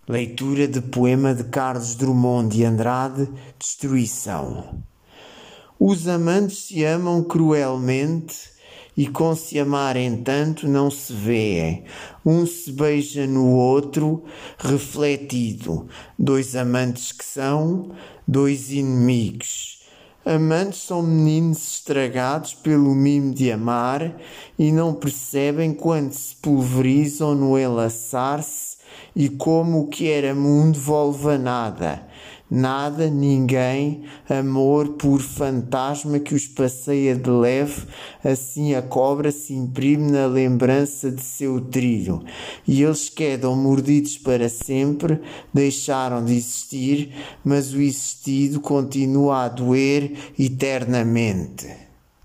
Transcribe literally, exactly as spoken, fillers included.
Leitura de poema de Carlos Drummond de Andrade, Destruição. Os amantes se amam cruelmente e com se amarem tanto não se vêem. Um se beija no outro, refletido. Dois amantes que são, dois inimigos. Amantes são meninos estragados pelo mimo de amar e não percebem quando se pulverizam no enlaçar-se e como o que era mundo volve a nada. Nada, ninguém, amor por fantasma que os passeia de leve, assim a cobra se imprime na lembrança de seu trilho. E eles quedam mordidos para sempre, deixaram de existir, mas o existido continua a doer eternamente.